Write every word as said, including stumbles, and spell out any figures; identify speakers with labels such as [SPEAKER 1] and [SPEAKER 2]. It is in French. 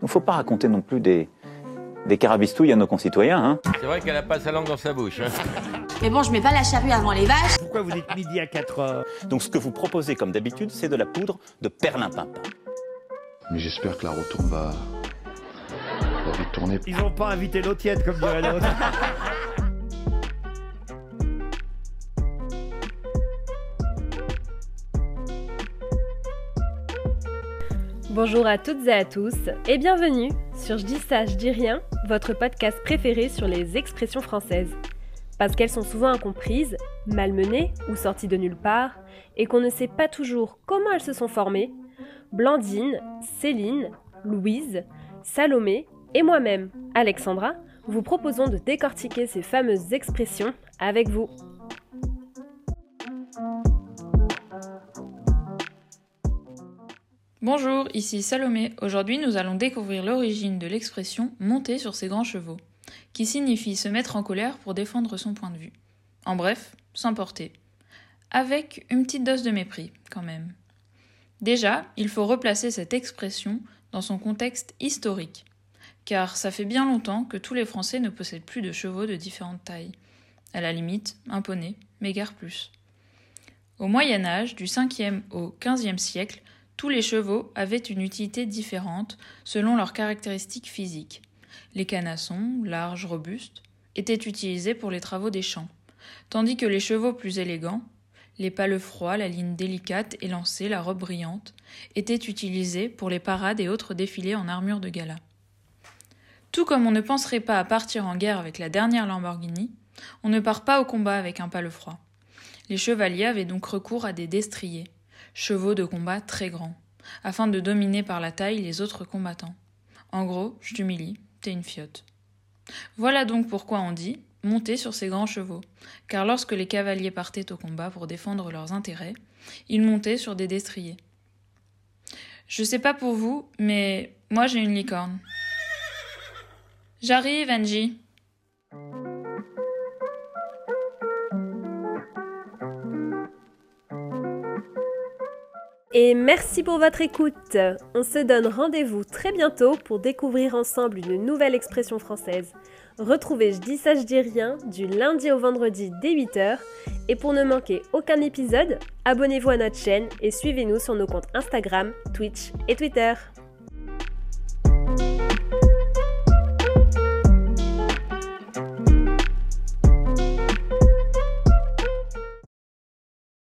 [SPEAKER 1] ne faut pas raconter non plus des, des carabistouilles à nos concitoyens. Hein.
[SPEAKER 2] C'est vrai qu'elle a pas sa langue dans sa bouche. Hein.
[SPEAKER 3] Mais bon, je mets pas la charrue avant les vaches.
[SPEAKER 4] Pourquoi vous dites midi à quatre heures?
[SPEAKER 1] Donc ce que vous proposez comme d'habitude, c'est de la poudre de perlimpinpin.
[SPEAKER 5] Mais j'espère que la retourne va, va vite tourner.
[SPEAKER 4] Ils n'ont pas invité l'eau tiède, comme dirait l'autre.
[SPEAKER 6] Bonjour à toutes et à tous et bienvenue sur Je dis ça, je dis rien, votre podcast préféré sur les expressions françaises. Parce qu'elles sont souvent incomprises, malmenées ou sorties de nulle part, et qu'on ne sait pas toujours comment elles se sont formées, Blandine, Céline, Louise, Salomé et moi-même, Alexandra, vous proposons de décortiquer ces fameuses expressions avec vous.
[SPEAKER 7] Bonjour, ici Salomé. Aujourd'hui, nous allons découvrir l'origine de l'expression « monter sur ses grands chevaux », qui signifie se mettre en colère pour défendre son point de vue. En bref, s'emporter. Avec une petite dose de mépris, quand même. Déjà, il faut replacer cette expression dans son contexte historique, car ça fait bien longtemps que tous les Français ne possèdent plus de chevaux de différentes tailles. À la limite, un poney, mais guère plus. Au Moyen-Âge, du cinquième au quinzième siècle, tous les chevaux avaient une utilité différente selon leurs caractéristiques physiques. Les canassons, larges, robustes, étaient utilisés pour les travaux des champs, tandis que les chevaux plus élégants, les palefrois, la ligne délicate, élancée, la robe brillante, étaient utilisés pour les parades et autres défilés en armure de gala. Tout comme on ne penserait pas à partir en guerre avec la dernière Lamborghini, on ne part pas au combat avec un palefroid. Les chevaliers avaient donc recours à des destriers, chevaux de combat très grands, afin de dominer par la taille les autres combattants. En gros, je t'humilie, t'es une fiotte. Voilà donc pourquoi on dit « monter sur ses grands chevaux », car lorsque les cavaliers partaient au combat pour défendre leurs intérêts, ils montaient sur des destriers. Je sais pas pour vous, mais moi j'ai une licorne. J'arrive, Angie.
[SPEAKER 6] Et merci pour votre écoute. On se donne rendez-vous très bientôt pour découvrir ensemble une nouvelle expression française. Retrouvez Je dis ça, je dis rien du lundi au vendredi dès huit heures. Et pour ne manquer aucun épisode, abonnez-vous à notre chaîne et suivez-nous sur nos comptes Instagram, Twitch et Twitter.